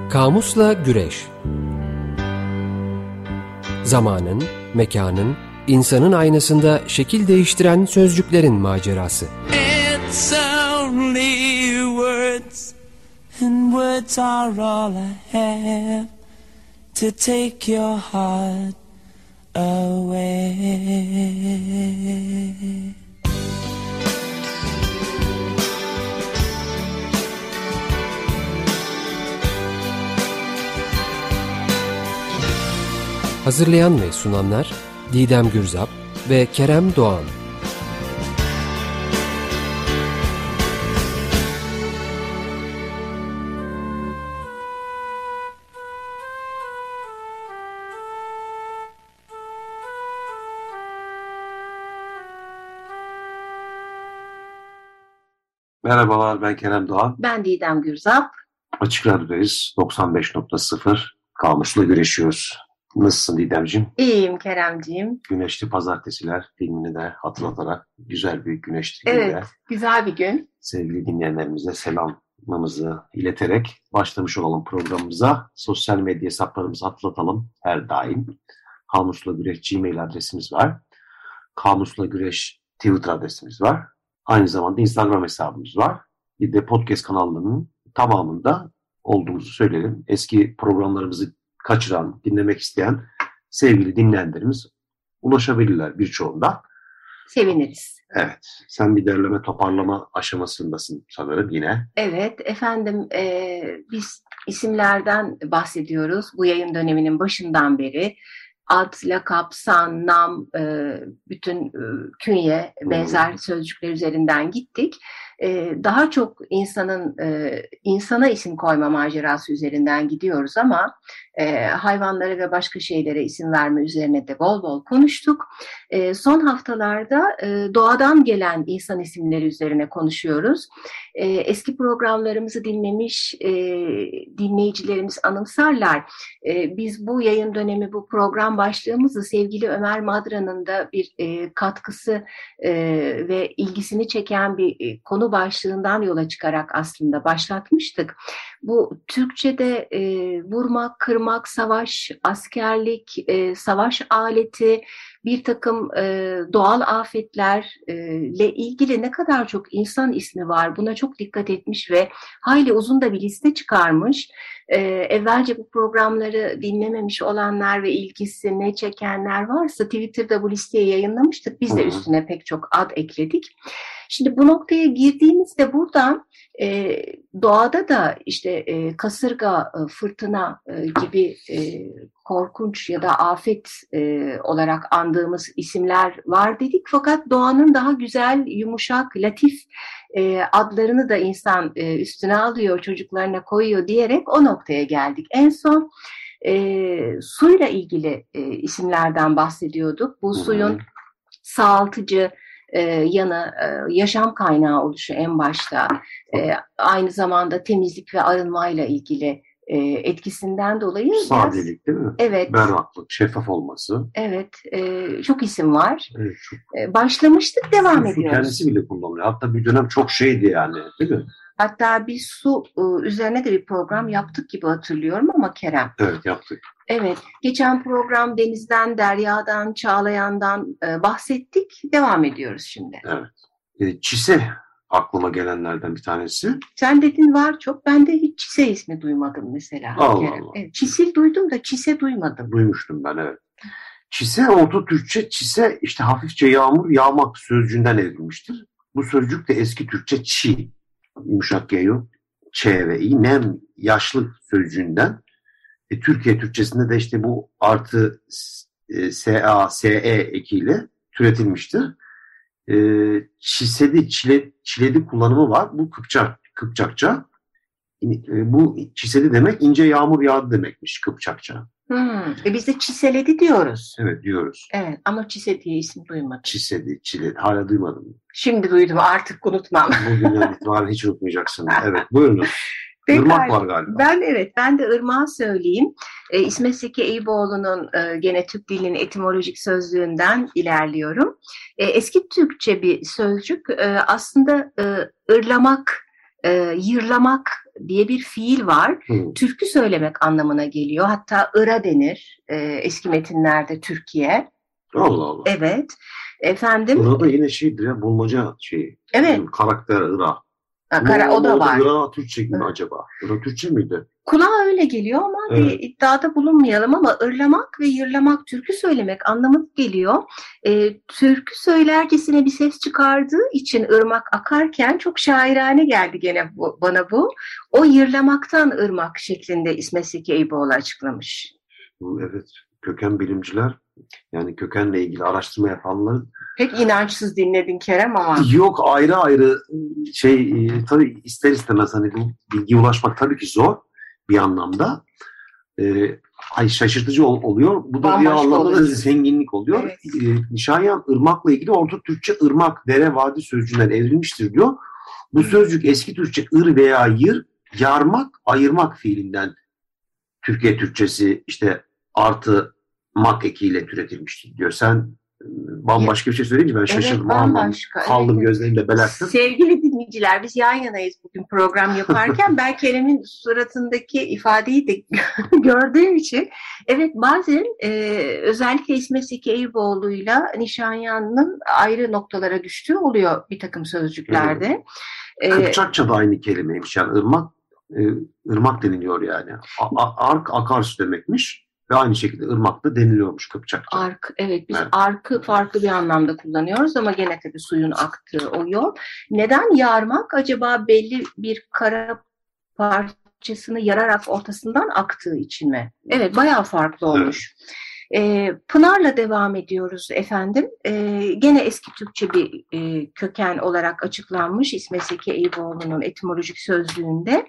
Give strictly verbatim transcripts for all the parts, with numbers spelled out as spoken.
Kamusla Güreş. Zamanın, mekanın, insanın aynasında şekil değiştiren sözcüklerin macerası. It's only words, and words are all I have to take your heart away. Hazırlayan ve sunanlar Didem Gürzap ve Kerem Doğan. Merhabalar, ben Kerem Doğan. Ben Didem Gürzap. Açık Radyo'dayız. doksan beş nokta sıfır Kamusla güreşiyoruz. Nasılsın Didemciğim? İyiyim Keremciğim. Güneşli pazartesiler filmini de hatırlatarak güzel bir güneşli Evet, günde güzel bir gün. sevgili dinleyenlerimize selamımızı ileterek başlamış olalım programımıza. Sosyal medya hesaplarımızı hatırlatalım her daim. Kamusla Güreş Gmail adresimiz var. Kamusla Güreş Twitter adresimiz var. Aynı zamanda Instagram hesabımız var. Bir de podcast kanallarının tamamında olduğumuzu söyleyelim. Eski programlarımızı kaçıran, dinlemek isteyen sevgili dinleyenlerimiz ulaşabilirler birçoğunda. Seviniriz. Evet, sen bir derleme toparlama aşamasındasın sanırım yine. Evet efendim, e, biz isimlerden bahsediyoruz bu yayın döneminin başından beri. Ad, lakap, san, nam, e, bütün e, künye, benzer sözcükler üzerinden gittik. E, daha çok insanın e, insana isim koyma macerası üzerinden gidiyoruz ama e, hayvanlara ve başka şeylere isim verme üzerine de bol bol konuştuk. E, son haftalarda e, doğadan gelen insan isimleri üzerine konuşuyoruz. E, eski programlarımızı dinlemiş e, dinleyicilerimiz anımsarlar. E, biz bu yayın dönemi, bu program başlığımızı sevgili Ömer Madra'nın da bir e, katkısı e, ve ilgisini çeken bir e, konu başlığından yola çıkarak aslında başlatmıştık. Bu Türkçe'de e, vurmak, kırmak, savaş, askerlik, e, savaş aleti, bir takım e, doğal afetlerle ilgili ne kadar çok insan ismi var, buna çok dikkat etmiş ve hayli uzun da bir liste çıkarmış. E, evvelce bu programları dinlememiş olanlar ve ilgisini çekenler varsa Twitter'da bu listeyi yayınlamıştık. Biz de üstüne pek çok ad ekledik. Şimdi bu noktaya girdiğimizde buradan e, doğada da işte e, kasırga, e, fırtına e, gibi e, korkunç ya da afet e, olarak andığımız isimler var dedik. Fakat doğanın daha güzel, yumuşak, latif e, adlarını da insan e, üstüne alıyor, çocuklarına koyuyor diyerek o noktaya geldik. En son e, suyla ilgili e, isimlerden bahsediyorduk. Bu suyun sağaltıcı e, yanı, e, yaşam kaynağı oluşu en başta, e, aynı zamanda temizlik ve arınmayla ilgili e, etkisinden dolayı. Sadelik değil mi? Evet. Berraklık, şeffaf olması. Evet, e, çok isim var. Evet, çok. E, başlamıştık, devam Su ediyoruz. kendisi bile kullanılıyor. Hatta bir dönem çok şeydi yani, değil mi? Hatta bir su e, üzerine de bir program yaptık gibi hatırlıyorum ama Kerem. Evet, yaptık. Evet, geçen program denizden, deryadan, çağlayandan e, bahsettik. Devam ediyoruz şimdi. Evet. E, çise aklıma gelenlerden bir tanesi. Sen dedin var çok, ben de hiç Çise ismi duymadım mesela. Allah Kerem. Allah. Evet, Çisil duydum da Çise duymadım. Duymuştum ben, evet. Çise, Orta Türkçe çise işte hafifçe yağmur, yağmak sözcüğünden evrilmiştir. Bu sözcük de eski Türkçe çi, yumuşak yayı, ç ve i, nem, yaşlı sözcüğünden. E, Türkiye Türkçesinde de işte bu artı e, sa, se ekiyle türetilmiştir. E, çisedi, çile, çiledi kullanımı var. Bu Kıpçak, Kıpçakça. E, bu çisedi demek ince yağmur yağdı demekmiş Kıpçakça. Hmm. E biz de Çiseledi diyoruz. Evet, diyoruz. Evet, ama Çise diye isim duymadım. Çisedi, çiledi. Hala duymadım. Şimdi duydum, artık unutmam. Bugünden itibaren hiç unutmayacaksın. Evet, buyurun. Peki, Irmak var galiba. Ben evet, ben de ırmağı söyleyeyim. E, İsmet Zeki Eyüboğlu'nun e, gene Türk dilinin etimolojik sözlüğünden ilerliyorum. E, eski Türkçe bir sözcük, e, aslında e, ırlamak e, yırlamak diye bir fiil var. Hı. Türkü söylemek anlamına geliyor. Hatta ıra denir e, eski metinlerde Türkiye. Allah Allah. Evet. Efendim. Irak'da yine şeydir ya, bulmaca şeyi. Evet. Bizim karakter Irak. Ha, kara, o da var. Irak Türkçe gibi mi Evet. acaba? Irak Türkçe miydi? Kulağa öyle geliyor ama Evet. bir iddiada bulunmayalım, ama ırlamak ve yırlamak, türkü söylemek anlamına geliyor. E, türkü söylercesine bir ses çıkardığı için ırmak akarken çok şairane geldi gene bu, bana bu. O yırlamaktan ırmak şeklinde İsmet Zeki Eyüboğlu açıklamış. Evet. Köken bilimciler, yani kökenle ilgili araştırma yapanların Pek inançsız dinledin Kerem ama. yok, ayrı ayrı şey e, tabii ister istemez hani bu bilgiye ulaşmak tabii ki zor bir anlamda. E, ay şaşırtıcı ol, oluyor. Bu da bir Bambaşka anlamda da oluyor. zenginlik oluyor. Evet. E, Nişanyan ırmakla ilgili Orta Türkçe ırmak, dere, vadi sözcüğünden evrilmiştir diyor. Bu sözcük eski Türkçe ır veya yır, yarmak, ayırmak fiilinden Türkiye Türkçesi işte artı mak ekiyle türetilmiştir diyor. Sen bambaşka bir şey söyleyince ben şaşırdım. Evet, Aman, bambaşka. kaldım, Evet. gözlerimle belerttim. Sevgili dinleyiciler, biz yan yanayız bugün program yaparken. Ben Kerem'in suratındaki ifadeyi de gördüğüm için. Evet, bazen e, özellikle İsmet Zeki Eyüboğlu'yla Nişanyan'ın ayrı noktalara düştüğü oluyor bir takım sözcüklerde. E, Kıpçakça da aynı kelimeymiş. Yani ırmak, e, ırmak deniliyor yani. A- a- ark akarsu demekmiş. Ve aynı şekilde ırmak da deniliyormuş Kıpçakça. Ark, evet biz Evet. arkı farklı bir anlamda kullanıyoruz ama gene tabii suyun aktığı o yol. Neden yarmak? Acaba belli bir kara parçasını yararak ortasından aktığı için mi? Evet, bayağı farklı olmuş. Ee, Pınar'la devam ediyoruz efendim. Ee, gene eski Türkçe bir e, köken olarak açıklanmış İsmet Zeki Eyüboğlu'nun etimolojik sözlüğünde.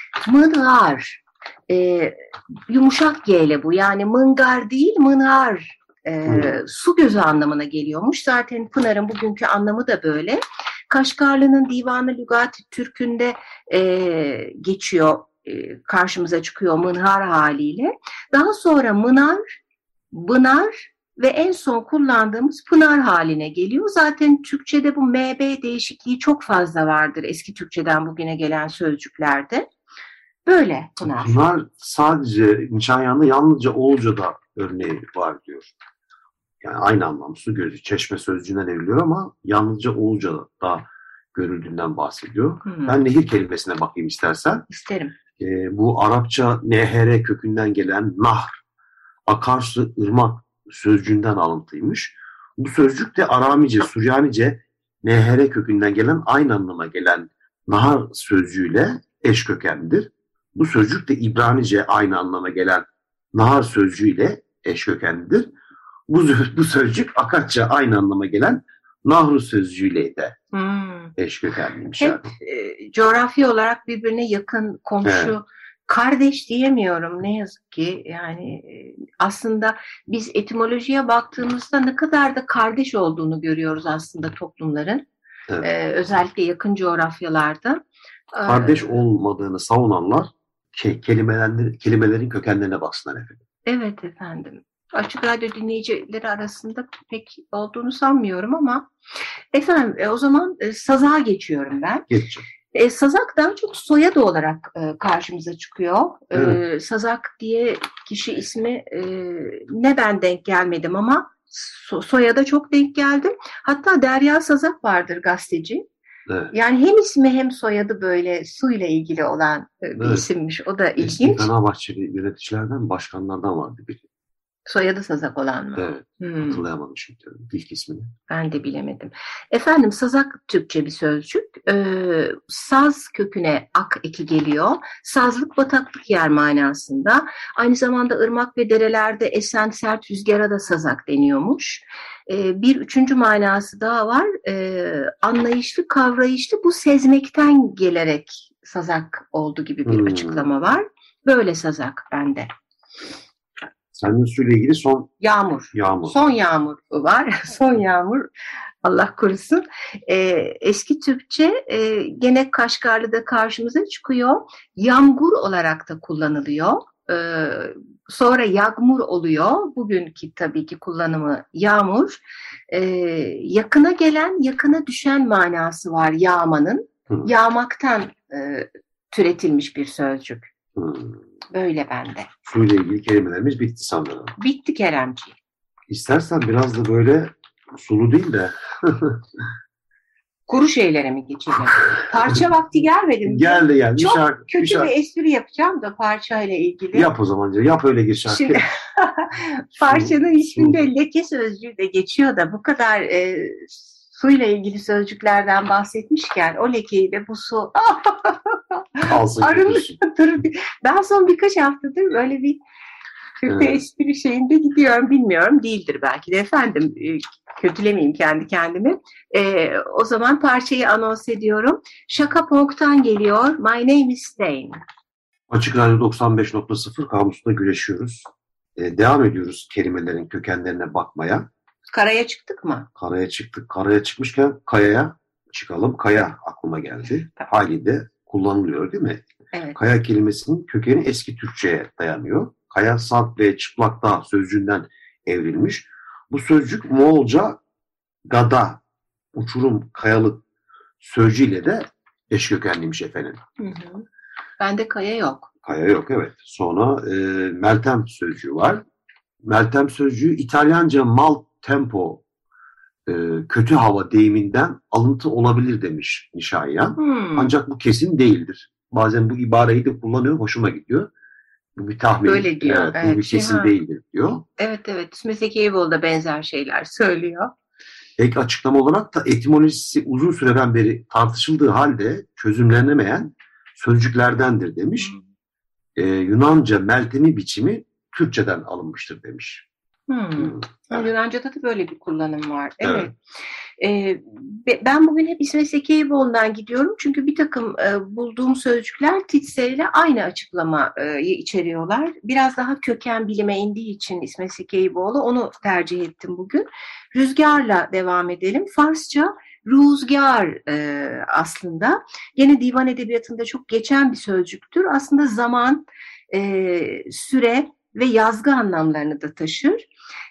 Mıngar. Ee, yumuşak G ile bu, yani mıngar değil mınar, e, Hmm. su gözü anlamına geliyormuş. Zaten Pınar'ın bugünkü anlamı da böyle. Kaşgarlı'nın Divanı Lügat-ı Türk'ünde e, geçiyor, e, karşımıza çıkıyor mınhar haliyle. Daha sonra mınar, bınar ve en son kullandığımız pınar haline geliyor. Zaten Türkçe'de bu M B değişikliği çok fazla vardır eski Türkçeden bugüne gelen sözcüklerde. Böyle Pınar. Bunlar sadece Nişanyan'da, yalnızca Oğulca'da örneği var diyor. Yani aynı anlam, su gözü, çeşme sözcüğünden evriliyor ama yalnızca Oğulca'da görüldüğünden bahsediyor. Hmm. Ben nehir kelimesine bakayım istersen. İsterim. Ee, bu Arapça nehere kökünden gelen nahr, akarsu, ırmak sözcüğünden alıntıymış. Bu sözcük de Aramice, Süryanice nehere kökünden gelen, aynı anlama gelen nahar sözcüğüyle eş kökenlidir. Bu sözcük de İbranice aynı anlama gelen nahar sözcüğüyle eş kökenlidir. Bu, bu sözcük Akatça aynı anlama gelen nahru sözcüğüyle de Hmm. eş kökenliymiş. Hep Yani. e, coğrafi olarak birbirine yakın, komşu, Evet. kardeş diyemiyorum ne yazık ki. Yani e, aslında biz etimolojiye baktığımızda ne kadar da kardeş olduğunu görüyoruz aslında toplumların. Evet. E, özellikle yakın coğrafyalarda. Kardeş olmadığını savunanlar ke- kelimelerin, kelimelerin kökenlerine baksınlar efendim. Evet efendim. Açık Radyo dinleyicileri arasında pek olduğunu sanmıyorum ama efendim e, o zaman e, sazağa geçiyorum ben. Geçeceğim. E, sazak daha çok soyadı olarak e, karşımıza çıkıyor. E, Evet. Sazak diye kişi ismi e, ne ben denk gelmedim ama so- soyada çok denk geldim. Hatta Derya Sazak vardır, gazeteci. Evet. Yani hem ismi hem soyadı böyle suyla ilgili olan e, bir Evet. isimmiş. O da Eski ilginç. Fenerbahçeli yöneticilerden, başkanlardan vardı biri. Soyadı Sazak olan mı? Evet. Hmm. Hatırlayamadım şimdi ilk ismini. Ben de bilemedim. Efendim sazak Türkçe bir sözcük. Ee, saz köküne ak eki geliyor. Sazlık, bataklık yer manasında. Aynı zamanda ırmak ve derelerde esen sert rüzgara da sazak deniyormuş. Ee, bir üçüncü manası daha var. Ee, anlayışlı, kavrayışlı, bu sezmekten gelerek sazak oldu gibi bir Hmm. açıklama var. Böyle sazak bende. Senin suyla ilgili son Yağmur. yağmur. Son yağmur var. Son yağmur. Allah korusun. Ee, eski Türkçe e, gene Kaşgarlı'da karşımıza çıkıyor. Yağmur olarak da kullanılıyor. Ee, sonra yağmur oluyor. Bugünkü tabii ki kullanımı yağmur. Ee, yakına gelen, yakına düşen manası var yağmanın. Hı. Yağmaktan e, türetilmiş bir sözcük. Hı. Böyle bende. Suyla ilgili kelimelerimiz bitti sanırım. Bitti Keremciğim. İstersen biraz da böyle sulu değil de Kuru şeylere mi geçelim? Parça vakti gelmedi mi? geldi geldi. Çok şarkı, kötü bir, şarkı. bir espri yapacağım da parçayla ilgili. Yap o zaman canım. Yap öyle gir şarkı. Şimdi parçanın isminde leke sözcüğü de geçiyor da bu kadar e, suyla ilgili sözcüklerden bahsetmişken o lekeyi de bu su Kalsın arınmıştır. Ben son birkaç haftadır böyle bir kötü Evet. espri şeyinde gidiyorum. Bilmiyorum, değildir belki de efendim. E, kötülemeyeyim kendi kendimi. E, o zaman parçayı anons ediyorum. Şaka Punk'tan geliyor. My Name is Stain. Açık Radyo doksan beş nokta sıfır Kamus'ta güreşiyoruz. Ee, devam ediyoruz kelimelerin kökenlerine bakmaya. Karaya çıktık mı? Karaya çıktık. Karaya çıkmışken kayaya çıkalım. Kaya aklıma geldi. Haliyle kullanılıyor değil mi? Evet. Kaya kelimesinin kökeni eski Türkçe'ye dayanıyor. Kaya, salt ve çıplak dağ sözcüğünden evrilmiş. Bu sözcük Moğolca gada, uçurum, kayalık sözcüğüyle de eş kökenliymiş efendim. Hı hı. Bende kaya yok. Kaya yok, evet. Sonra e, Meltem sözcüğü var. Meltem sözcüğü İtalyanca mal tempo, e, kötü hava deyiminden alıntı olabilir demiş Nişanyan. Hmm. Ancak bu kesin değildir. Bazen bu ibareyi de kullanıyor, hoşuma gidiyor. Bu bir tahmin. Böyle diyor. Evet, Evet, bu bir kesin ha. değildir diyor. Evet evet. İsmet Zeki Eyüboğlu da benzer şeyler söylüyor. Ek açıklama olarak da etimolojisi uzun süreden beri tartışıldığı halde çözümlenemeyen sözcüklerdendir demiş. Hmm. Ee, Yunanca meltemi biçimi Türkçeden alınmıştır demiş. Hmm. Hmm. Evet. Yunanca'da da böyle bir kullanım var. Evet. Evet. Ee, ben bugün hep İsmet Zeki Eyüboğlu'ndan gidiyorum. Çünkü bir takım e, bulduğum sözcükler Titse ile aynı açıklamayı içeriyorlar. Biraz daha köken bilime indiği için İsmet Zeki Eyüboğlu onu tercih ettim bugün. Rüzgarla devam edelim. Farsça rüzgar e, aslında. Gene divan edebiyatında çok geçen bir sözcüktür. Aslında zaman, e, süre ve yazgı anlamlarını da taşır.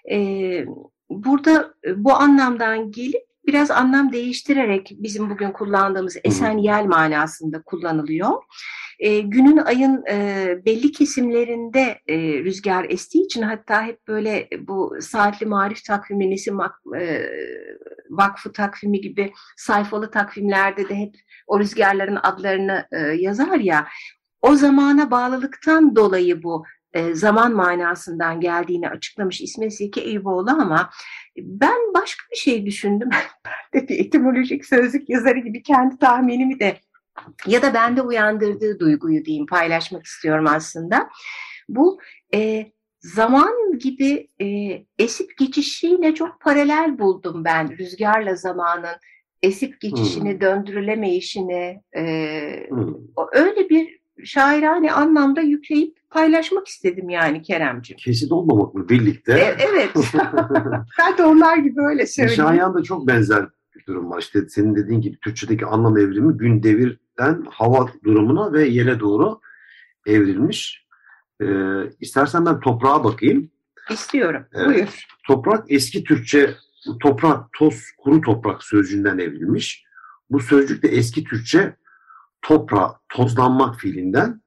E, burada bu anlamdan gelip biraz anlam değiştirerek bizim bugün kullandığımız esen yel manasında kullanılıyor. E, günün ayın e, belli kesimlerinde e, rüzgar estiği için hatta hep böyle bu saatli marif takvimi, Nesim e, Vakfı takvimi gibi sayfalı takvimlerde de hep o rüzgarların adlarını e, yazar ya. O zamana bağlılıktan dolayı bu e, zaman manasından geldiğini açıklamış İsmet Zeki Eyüboğlu ama ben başka bir şey düşündüm. Ben de bir etimolojik sözlük yazarı gibi kendi tahminimi de ya da bende uyandırdığı duyguyu diyeyim paylaşmak istiyorum aslında. Bu e, zaman gibi e, esip geçişiyle çok paralel buldum ben rüzgarla zamanın esip geçişini, hmm. döndürülemeyişini e, hmm. öyle bir şairane anlamda yükleyip paylaşmak istedim yani Keremciğim. Kesit olmamak mı birlikte? E, evet. Ben de onlar gibi öyle söyleyeyim. Nişanyan'da çok benzer bir durum var. İşte senin dediğin gibi Türkçedeki anlam evrimi gün devirden hava durumuna ve yele doğru evrilmiş. Ee, istersen ben toprağa bakayım. İstiyorum. Evet. Buyur. Toprak eski Türkçe toprak, toz, kuru toprak sözcüğünden evrilmiş. Bu sözcük de eski Türkçe toprağa, tozlanmak fiilinden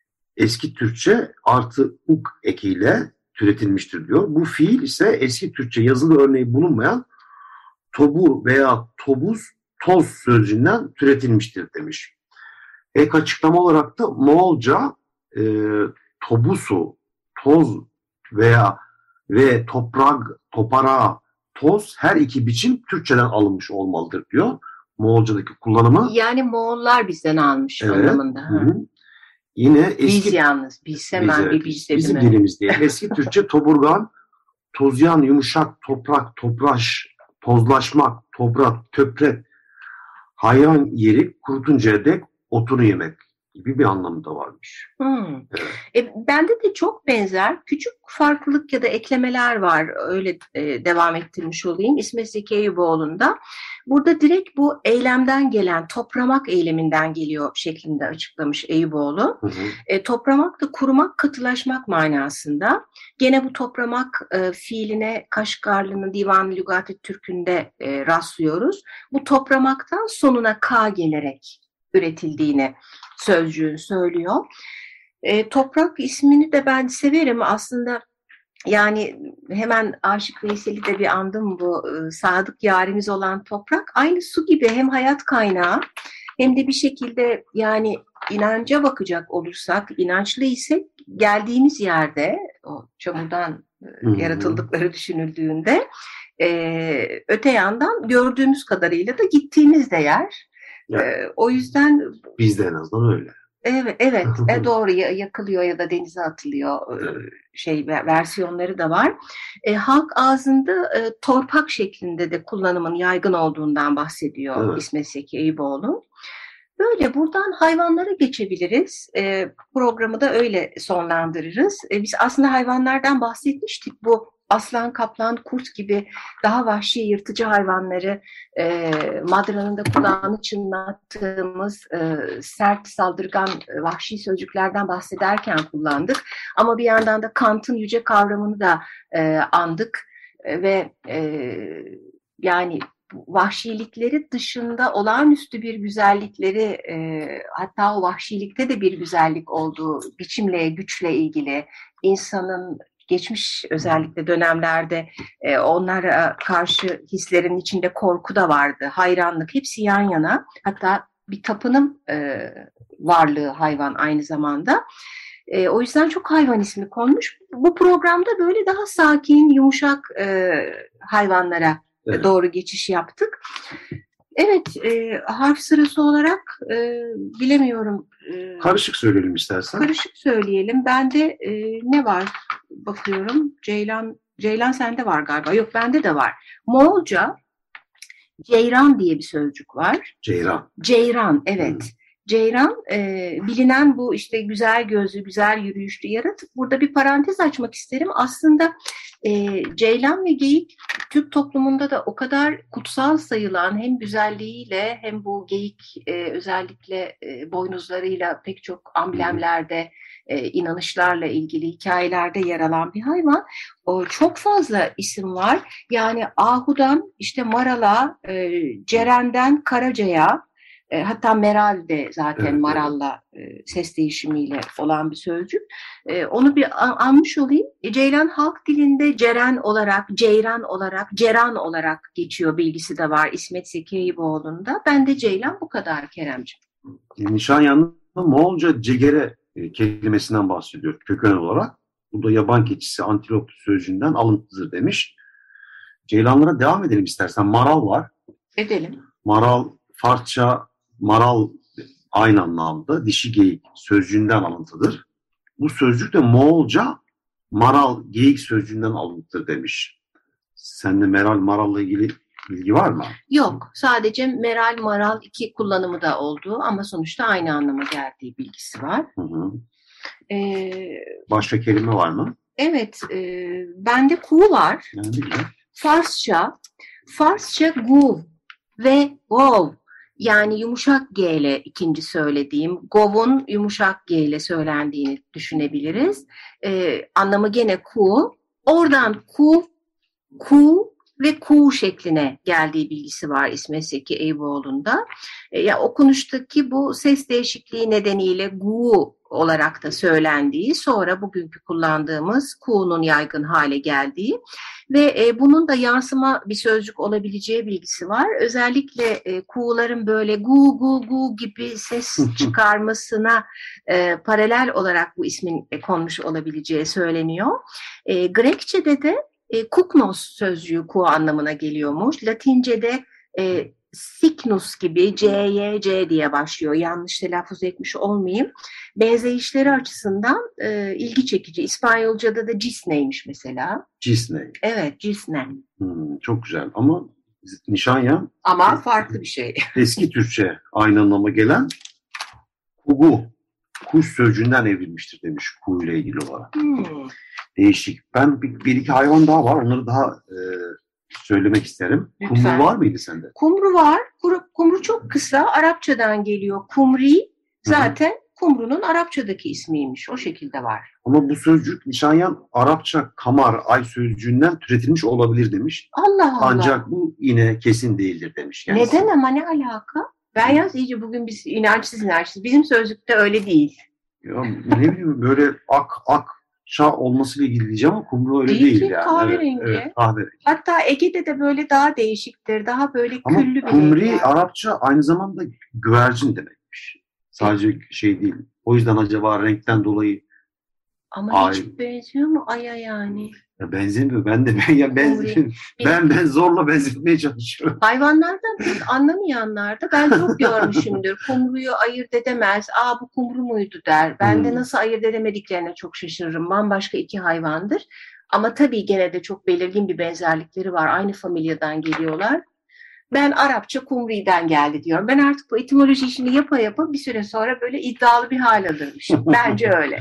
eski Türkçe artı uk ekiyle türetilmiştir diyor. Bu fiil ise eski Türkçe yazılı örneği bulunmayan tobur veya tobuz, toz sözcüğünden türetilmiştir demiş. Ek açıklama olarak da Moğolca e, tobusu, toz veya ve toprak, topara, toz her iki biçim Türkçeden alınmış olmalıdır diyor. Moğolcadaki kullanımı. Yani Moğollar bizden almış evet. Anlamında. Hı hı. Yine eski, biz yalnız, biz hemen bir biz dedim. Bizim dilimiz değil. Eski Türkçe toburgan, tozyan, yumuşak, toprak, topraş, tozlaşmak, toprak, töpret, hayvan yeri kurutuncaya dek otunu yemek gibi bir anlamı da varmış. Hmm. Evet. E, bende de çok benzer küçük farklılık ya da eklemeler var. Öyle e, devam ettirmiş olayım. İsmet Zeki Eyüboğlu'nda. Burada direkt bu eylemden gelen topramak eyleminden geliyor şeklinde açıklamış Eyüboğlu. Hı hı. E, topramak da kurumak, katılaşmak manasında. Gene bu topramak e, fiiline Kaşgarlı'nın Divan-ı Lügat-ı Türk'ünde e, rastlıyoruz. Bu topramaktan sonuna K gelerek üretildiğini sözcüğün söylüyor. E, toprak ismini de ben severim aslında. Yani hemen Aşık Veysel'i de bir andım, bu e, sadık yarimiz olan toprak. Aynı su gibi hem hayat kaynağı hem de bir şekilde, yani inanca bakacak olursak, inançlı ise geldiğimiz yerde, o çamurdan e, yaratıldıkları düşünüldüğünde, e, öte yandan gördüğümüz kadarıyla da gittiğimiz de yer. Yani, e, o yüzden bizde en azından öyle. Evet, evet e, doğru, yakılıyor ya da denize atılıyor, e, şey versiyonları da var. E, halk ağzında e, torpak şeklinde de kullanımın yaygın olduğundan bahsediyor evet. İsmet Zeki Eyüboğlu. Böyle buradan hayvanlara geçebiliriz. E, programı da öyle sonlandırırız. E, biz aslında hayvanlardan bahsetmiştik. Bu aslan, kaplan, kurt gibi daha vahşi, yırtıcı hayvanları e, Madra'nın da kulağını çınlattığımız e, sert, saldırgan, e, vahşi sözcüklerden bahsederken kullandık. Ama bir yandan da Kant'ın yüce kavramını da e, andık e, ve e, yani vahşilikleri dışında olağanüstü bir güzellikleri, e, hatta o vahşilikte de bir güzellik olduğu, biçimle, güçle ilgili, insanın geçmiş özellikle dönemlerde e, onlara karşı hislerin içinde korku da vardı, hayranlık, hepsi yan yana. Hatta bir tapınım e, varlığı hayvan aynı zamanda. E, o yüzden çok hayvan ismi konmuş. Bu programda böyle daha sakin, yumuşak e, hayvanlara evet. doğru geçiş yaptık. Evet, e, harf sırası olarak e, bilemiyorum. E, karışık söyleyelim istersen. Karışık söyleyelim. Bende e, ne var? Bakıyorum. Ceylan, Ceylan sende var galiba. Yok, bende de var. Moğolca ceyran diye bir sözcük var. Ceyran. Ceyran, evet. Hmm. Ceyran, e, bilinen bu işte güzel gözlü, güzel yürüyüşlü yaratık. Burada bir parantez açmak isterim. Aslında e, ceylan ve geyik Türk toplumunda da o kadar kutsal sayılan, hem güzelliğiyle hem bu geyik e, özellikle e, boynuzlarıyla pek çok amblemlerde, e, inanışlarla ilgili hikayelerde yer alan bir hayvan. O, çok fazla isim var. Yani Ahu'dan işte Maral'a, e, Ceren'den Karaca'ya, E, hatta Meral de zaten evet, Maral'la evet. e, ses değişimiyle olan bir sözcük. E, onu bir an, anmış olayım. E, Ceylan halk dilinde Ceren olarak, Ceyran olarak, Ceran olarak geçiyor bilgisi de var İsmet Zeki Eyüboğlu'nda. Ben de Ceylan bu kadar Keremciğim. E, Nişanyan'ın Moğolca cegere e, kelimesinden bahsediyor köken olarak. Bu da yaban keçisi, antilop sözcüğünden alıntıdır demiş. Ceylanlara devam edelim istersen. Maral var. Edelim. Maral, Farsça maral aynı anlamda dişi geyik sözcüğünden alıntıdır. Bu sözcük de Moğolca maral geyik sözcüğünden alıntıdır demiş. Sende meral maralla ilgili bilgi var mı? Yok. Sadece meral maral iki kullanımı da olduğu ama sonuçta aynı anlama geldiği bilgisi var. Hı hı. Ee, Başka kelime var mı? Evet. E, bende ku var. Yani Farsça. Farsça guv ve gov. Yani yumuşak G ile ikinci söylediğim, gov'un yumuşak G ile söylendiğini düşünebiliriz. Ee, anlamı gene ku. Oradan ku, ku ve ku şekline geldiği bilgisi var İsmet Zeki Eyüboğlu'nda. Ee, ya okunuştaki bu ses değişikliği nedeniyle gu olarak da söylendiği, sonra bugünkü kullandığımız ku'nun yaygın hale geldiği ve e, bunun da yansıma bir sözcük olabileceği bilgisi var. Özellikle e, ku'ların böyle gu gu gu gibi ses çıkarmasına e, paralel olarak bu ismin e, konmuş olabileceği söyleniyor. E, Grekçe'de de e, kuknos sözcüğü ku anlamına geliyormuş. Latince'de e, Cygnus gibi C Y C diye başlıyor. Yanlış telaffuz etmiş olmayayım. Benzeyişleri açısından e, ilgi çekici. İspanyolca'da da cisneymiş mesela. Cisne. Evet, cisne. Hmm, çok güzel ama Nişanyan ama farklı bir şey. Eski Türkçe aynı anlama gelen kugu, kuş sözcüğünden evrilmiştir demiş ku ile ilgili olarak. Hmm. Değişik. Ben bir, bir iki hayvan daha var. Onları daha e, söylemek isterim. Lütfen. Kumru var mıydı sende? Kumru var. Kumru, kumru çok kısa. Arapçadan geliyor. Kumri zaten Hı-hı. kumrunun Arapçadaki ismiymiş. O şekilde var. Ama bu sözcük Nişanyan Arapça kamar, ay sözcüğünden türetilmiş olabilir demiş. Allah Allah. Ancak bu yine kesin değildir demiş kendisi. Neden ama ne alaka? Ben yalnız iyice bugün biz inançsız inançsız. Bizim sözlükte öyle değil. Ya ne bileyim böyle ak ak şa olmasıyla ilgili diyeceğim ama kumru öyle Değil, değil yani. kahverengi. Evet, evet, kahverengi. Hatta Ege'de de böyle daha değişiktir. Daha böyle Ama küllü bir kumri renk. Arapça aynı zamanda güvercin demekmiş. Sadece şey değil. O yüzden acaba renkten dolayı Ama Ay. hiç benziyor mu aya yani? ya benzemiyor. Ben de ben ya ben Kumri. ben ben zorla benzetmeye çalışıyorum. Hayvanlardan pek anlamayanlar da ben çok görmüşümdür. Kumruyu ayırt edemez. Aa bu kumru muydu der. Ben de Hmm. nasıl ayırt edemediklerine çok şaşırırım. Bambaşka iki hayvandır. Ama tabii gene de çok belirgin bir benzerlikleri var. Aynı familyadan geliyorlar. Ben Arapça kumri'den geldi diyorum. Ben artık bu etimoloji işini yapa yapa bir süre sonra böyle iddialı bir hal alırmışım. Bence öyle.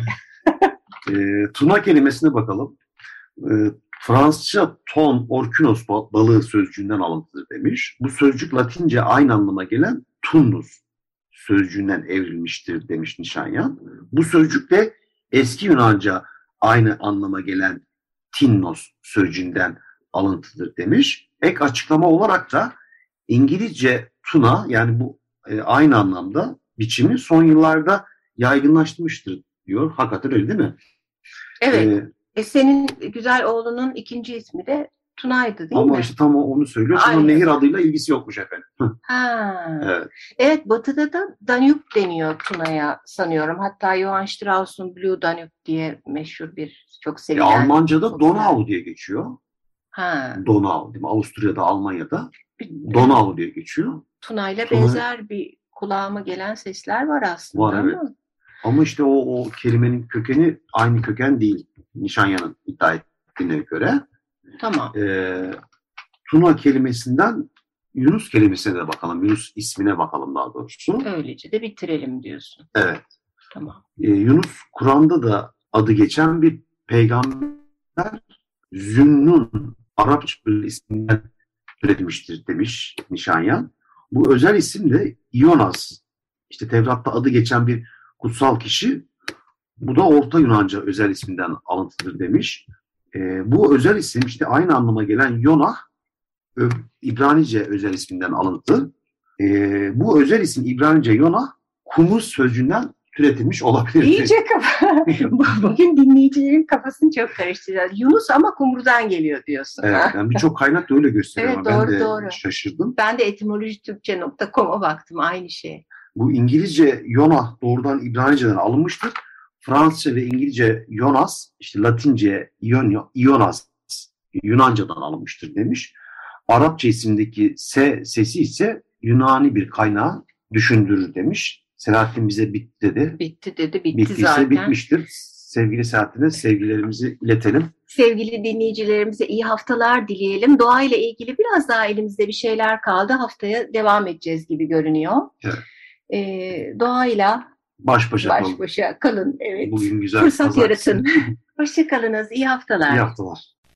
E, tuna kelimesine bakalım. E, Fransızca ton, orkinos balığı sözcüğünden alıntıdır demiş. Bu sözcük Latince aynı anlama gelen tunnus sözcüğünden evrilmiştir demiş Nişanyan. Bu sözcük de eski Yunanca aynı anlama gelen tinnos sözcüğünden alıntıdır demiş. Ek açıklama olarak da İngilizce tuna yani bu e, aynı anlamda biçimi son yıllarda yaygınlaşmıştır diyor. Hakikaten öyle değil mi? Evet. Ee, E senin güzel oğlunun ikinci ismi de Tuna'ydı değil ama mi? işte tam onu söylüyor. Ama Aynen. nehir adıyla ilgisi yokmuş efendim. Ha. Evet. Evet, Batı'da da Danube deniyor Tuna'ya sanıyorum. Hatta Johann Strauss'un Blue Danube diye meşhur bir çok E, sevilen. Almanca'da popüler. Donau diye geçiyor. Ha. Donau değil mi? Avusturya'da, Almanya'da Donau diye geçiyor. Tuna'yla Tuna- benzer bir kulağıma gelen sesler var aslında. Var, evet. Ama Ama işte o, o kelimenin kökeni aynı köken değil. Nişanyan'ın iddia ettiğine göre. tamam. Ee, Tuna kelimesinden Yunus kelimesine de bakalım. Yunus ismine bakalım daha doğrusu. Öylece de bitirelim diyorsun. Evet. Tamam. Ee, Yunus Kur'an'da da adı geçen bir peygamber. Zünnun Arapça bir isminden türetilmiştir demiş Nişanyan. Bu özel isim de İonas. İşte Tevrat'ta adı geçen bir kutsal kişi. Bu da Orta Yunanca özel isminden alıntıdır demiş. Ee, bu özel isim işte aynı anlama gelen Yonah, Ö- İbranice özel isminden alıntı. Ee, bu özel isim İbranice Yonah, kumuz sözcüğünden türetilmiş olabilir. İyice kafa. Bugün dinleyicilerin kafasını çok karıştıracağız. Yunus ama kumrudan geliyor diyorsun. Evet, Ha? yani birçok kaynak da öyle gösteriyor. Evet, ama doğru, ben de doğru. şaşırdım. Ben de etimolojitürkçe nokta com'a baktım. Aynı şey. Bu İngilizce Yonah doğrudan İbranice'den alınmıştır. Fransızca ve İngilizce Jonas, işte Latince Ion- Ionas, Yunanca'dan alınmıştır demiş. Arapça isimdeki S sesi ise Yunani bir kaynağı düşündürür demiş. Selahattin bize bitti dedi. Bitti dedi. Bitti Bittiyse zaten. bitmiştir. Sevgili Selahattin'e sevgilerimizi iletelim. Sevgili dinleyicilerimize iyi haftalar dileyelim. Doğayla ilgili biraz daha elimizde bir şeyler kaldı. Haftaya devam edeceğiz gibi görünüyor. Evet. Ee, doğayla Baş başa baş kalın. başa kalın. Evet. Bugün güzel Fırsat pazartesi. yaratın. Hoşça kalınız. İyi haftalar. İyi haftalar.